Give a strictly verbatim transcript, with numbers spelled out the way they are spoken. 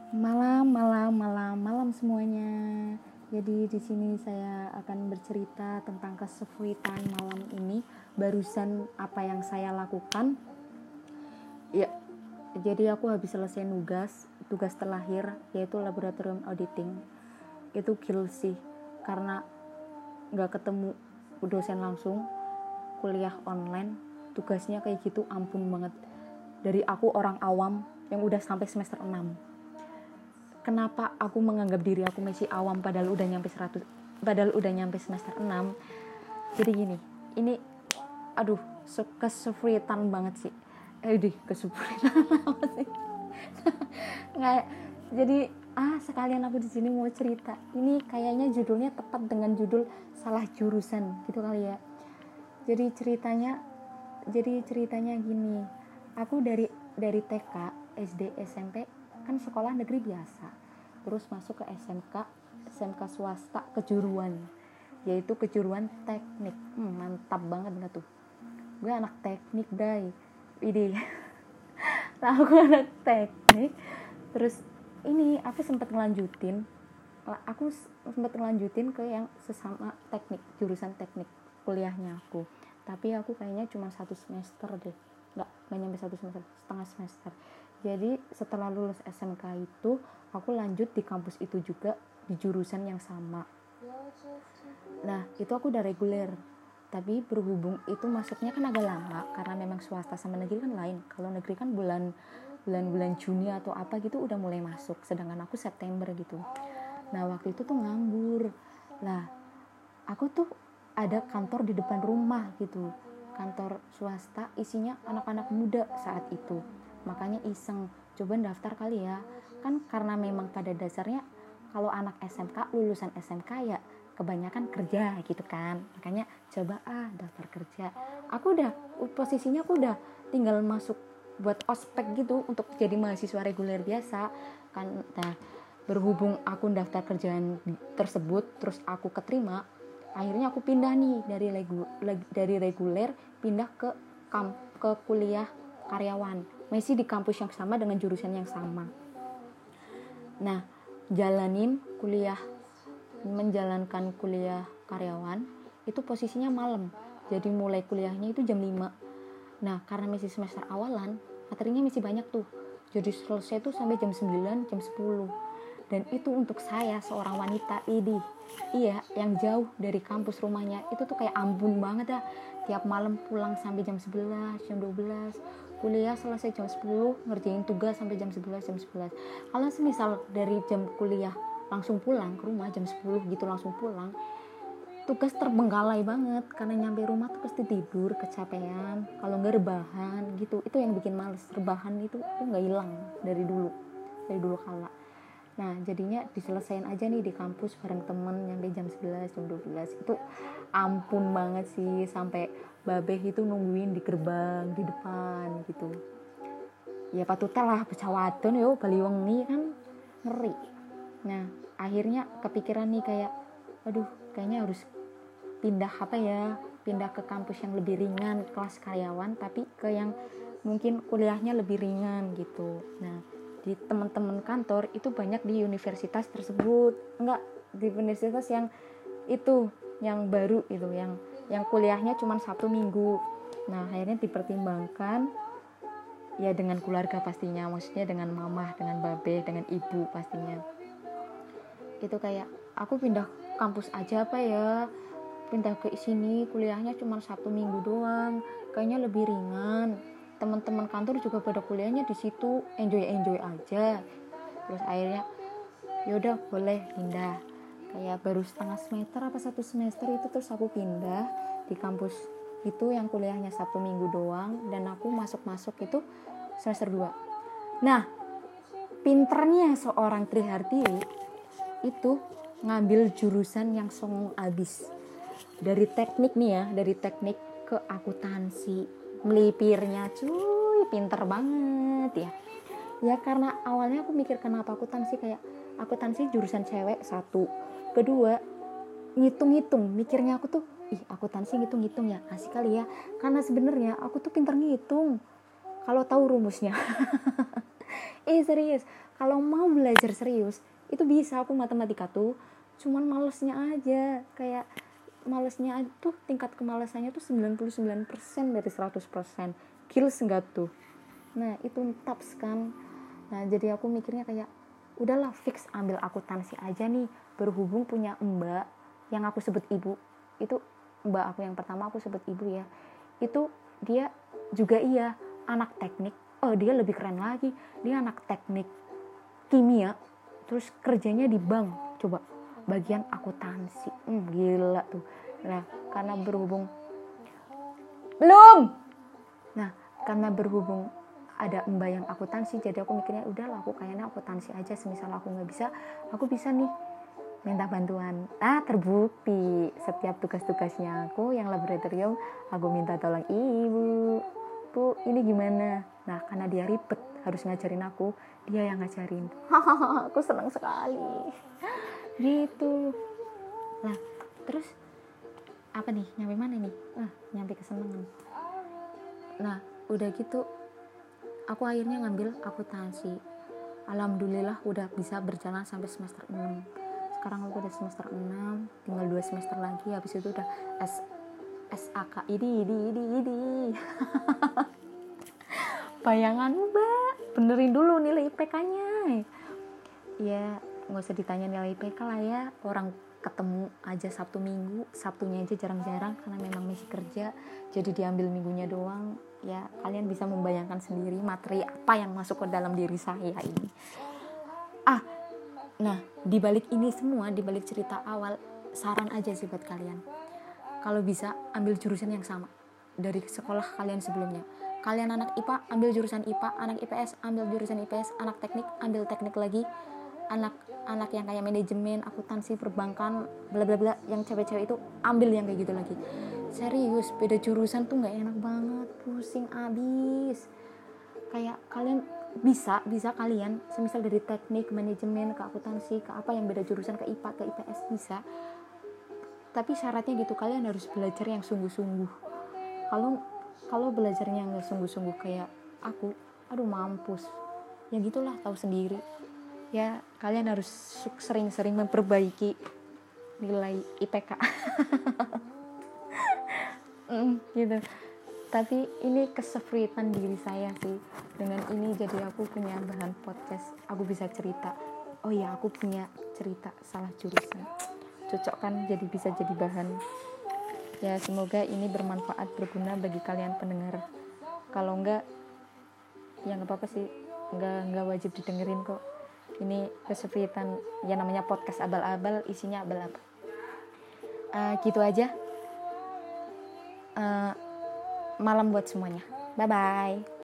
Malam, malam, malam, malam semuanya. Jadi di sini saya akan bercerita tentang kesefuitan malam ini. Barusan apa yang saya lakukan? Ya, jadi aku habis selesai nugas, tugas terakhir yaitu laboratorium auditing. Itu gil sih, karena nggak ketemu dosen langsung, kuliah online, tugasnya kayak gitu, ampun banget. Dari aku orang awam yang udah sampai semester enam. Kenapa aku menganggap diri aku masih awam padahal udah nyampe seratus, padahal udah nyampe semester enam. Jadi gini, ini aduh kesulitan banget sih. Eh deh, kesulitan apa sih? Nggak, jadi ah sekalian aku di sini mau cerita. Ini kayaknya judulnya tepat dengan judul salah jurusan gitu kali ya. Jadi ceritanya jadi ceritanya gini. Aku dari dari T K, S D, S M P kan sekolah negeri biasa, terus masuk ke S M K S M K swasta kejuruan, yaitu kejuruan teknik. hmm, mantap banget nggak tuh, gue anak teknik dai ini. Nah aku anak teknik, terus ini aku sempat ngelanjutin aku sempat ngelanjutin ke yang sesama teknik, jurusan teknik kuliahnya aku, tapi aku kayaknya cuma satu semester deh, nggak nggak nyampe satu semester, setengah semester. Jadi setelah lulus S M K itu aku lanjut di kampus itu juga di jurusan yang sama. Nah itu aku udah reguler, tapi berhubung itu masuknya kan agak lama karena memang swasta sama negeri kan lain. Kalau negeri kan bulan bulan-bulan Juni atau apa gitu udah mulai masuk, sedangkan aku September gitu. Nah waktu itu tuh nganggur lah, aku tuh ada kantor di depan rumah gitu, kantor swasta isinya anak-anak muda saat itu. Makanya iseng, coba daftar kali ya. Kan karena memang pada dasarnya kalau anak S M K, lulusan S M K ya kebanyakan kerja gitu kan. Makanya coba ah daftar kerja. Aku udah, posisinya aku udah tinggal masuk buat ospek gitu untuk jadi mahasiswa reguler biasa kan. Nah berhubung aku daftar kerjaan tersebut terus aku keterima, akhirnya aku pindah nih dari regu, dari reguler pindah ke kamp, ke kuliah karyawan, masih di kampus yang sama dengan jurusan yang sama. Nah jalanin kuliah, menjalankan kuliah karyawan itu posisinya malam, jadi mulai kuliahnya itu jam lima. Nah karena masih semester awalan, materinya masih banyak tuh, jadi selesai tuh sampai jam sembilan, jam sepuluh. Dan itu untuk saya seorang wanita ini, iya yang jauh dari kampus rumahnya itu tuh kayak ampun banget ya. Tiap malam pulang sampai jam sebelas, jam dua belas, kuliah selesai jam sepuluh, ngerjain tugas sampai jam sebelas, jam sebelas. Kalau semisal dari jam kuliah langsung pulang ke rumah jam sepuluh gitu, langsung pulang, tugas terbengkalai banget karena nyampe rumah tuh pasti tidur, kecapean, kalau nggak rebahan gitu. Itu yang bikin males, rebahan itu tuh nggak hilang dari dulu dari dulu kala. Nah jadinya diselesain aja nih di kampus bareng temen nyampe jam sebelas, jam dua belas. Itu ampun banget sih, sampai babeh itu nungguin di gerbang di depan gitu. Ya patutnya lah pecawadon yo Bali wengi kan ngeri. Nah akhirnya kepikiran nih kayak aduh kayaknya harus pindah apa ya, pindah ke kampus yang lebih ringan, kelas karyawan tapi ke yang mungkin kuliahnya lebih ringan gitu. Nah di teman-teman kantor itu banyak di universitas tersebut, enggak di universitas yang itu yang baru itu, yang yang kuliahnya cuma satu minggu. Nah akhirnya dipertimbangkan ya dengan keluarga pastinya, maksudnya dengan mamah, dengan babe, dengan ibu pastinya. Itu kayak aku pindah kampus aja apa ya, pindah ke sini kuliahnya cuma satu minggu doang, kayaknya lebih ringan. Teman-teman kantor juga pada kuliahnya di situ, enjoy enjoy aja. Terus akhirnya yaudah boleh pindah. Kayak baru setengah semester apa satu semester itu terus aku pindah di kampus itu yang kuliahnya satu minggu doang, dan aku masuk-masuk itu semester dua. Nah pinternya seorang Trihartini itu ngambil jurusan yang songong abis. Dari teknik nih ya, dari teknik ke akuntansi. Melipirnya cuy, pinter banget ya. Ya karena awalnya aku mikir kenapa akuntansi, kayak akuntansi jurusan cewek satu. Kedua, ngitung-ngitung. Mikirnya aku tuh, ih akuntansi ngitung-ngitung ya, asik kali ya. Karena sebenarnya aku tuh pinter ngitung kalau tahu rumusnya. eh serius, kalau mau belajar serius itu bisa. Aku matematika tuh cuman malesnya aja, kayak malesnya tuh tingkat kemalasannya tuh sembilan puluh sembilan persen dari seratus persen. Kills enggak tuh? Nah itu taps kan. Nah jadi aku mikirnya kayak udahlah fix ambil akuntansi aja nih, berhubung punya mbak yang aku sebut ibu. Itu mbak aku yang pertama aku sebut ibu ya, itu dia juga iya anak teknik. Oh dia lebih keren lagi, dia anak teknik kimia terus kerjanya di bank, coba bagian akuntansi. hmm, gila tuh. Nah karena berhubung belum nah karena berhubung ada mbak yang akuntansi, jadi aku mikirnya udahlah aku kayaknya akuntansi aja. Semisal aku nggak bisa, aku bisa nih minta bantuan. Ah terbukti setiap tugas-tugasnya aku yang laboratorium aku minta tolong ibu, bu ini gimana. Nah karena dia ribet harus ngajarin aku, dia yang ngajarin. Aku senang sekali gitu. Nah terus apa nih, nyampe mana nih? Ah nyampe kesenangan. Nah udah gitu aku akhirnya ngambil akuntansi. Alhamdulillah udah bisa berjalan sampai semester enam. Sekarang aku udah semester enam, tinggal dua semester lagi, habis itu udah S S A K. Idi idi idi idi. Bayanganmu mbak, benerin dulu nilai I P K-nya. Ya nggak usah ditanya nilai I P K lah ya, orang ketemu aja Sabtu Minggu. Sabtunya aja jarang-jarang karena memang masih kerja, jadi diambil minggunya doang. Ya kalian bisa membayangkan sendiri materi apa yang masuk ke dalam diri saya ini. Ah nah dibalik ini semua, dibalik cerita awal, saran aja sih buat kalian, kalau bisa ambil jurusan yang sama dari sekolah kalian sebelumnya. Kalian anak I P A ambil jurusan I P A, anak I P S ambil jurusan I P S, anak teknik ambil teknik lagi, anak-anak yang kayak manajemen, akuntansi, perbankan, bla bla bla, yang cewek-cewek itu ambil yang kayak gitu lagi. Serius, beda jurusan tuh nggak enak banget, pusing abis. Kayak kalian bisa bisa kalian semisal dari teknik, manajemen ke akuntansi ke apa yang beda jurusan, ke I P A, ke I P S bisa. Tapi syaratnya gitu, kalian harus belajar yang sungguh-sungguh. Kalau kalau belajarnya nggak sungguh-sungguh kayak aku, aduh mampus. Ya gitulah, tahu sendiri. Ya kalian harus sering-sering memperbaiki nilai I P K. mm, gitu. Tapi ini kesefritan diri saya sih. Dengan ini jadi aku punya bahan podcast, aku bisa cerita. Oh ya aku punya cerita salah jurusan, cocok kan, jadi bisa jadi bahan. Ya semoga ini bermanfaat, berguna bagi kalian pendengar. Kalau enggak ya nggak apa-apa sih, nggak nggak wajib didengerin kok. Ini kesefritan, ya namanya podcast abal-abal, isinya abal-abal. Uh, gitu aja. Uh, malam buat semuanya. Bye bye.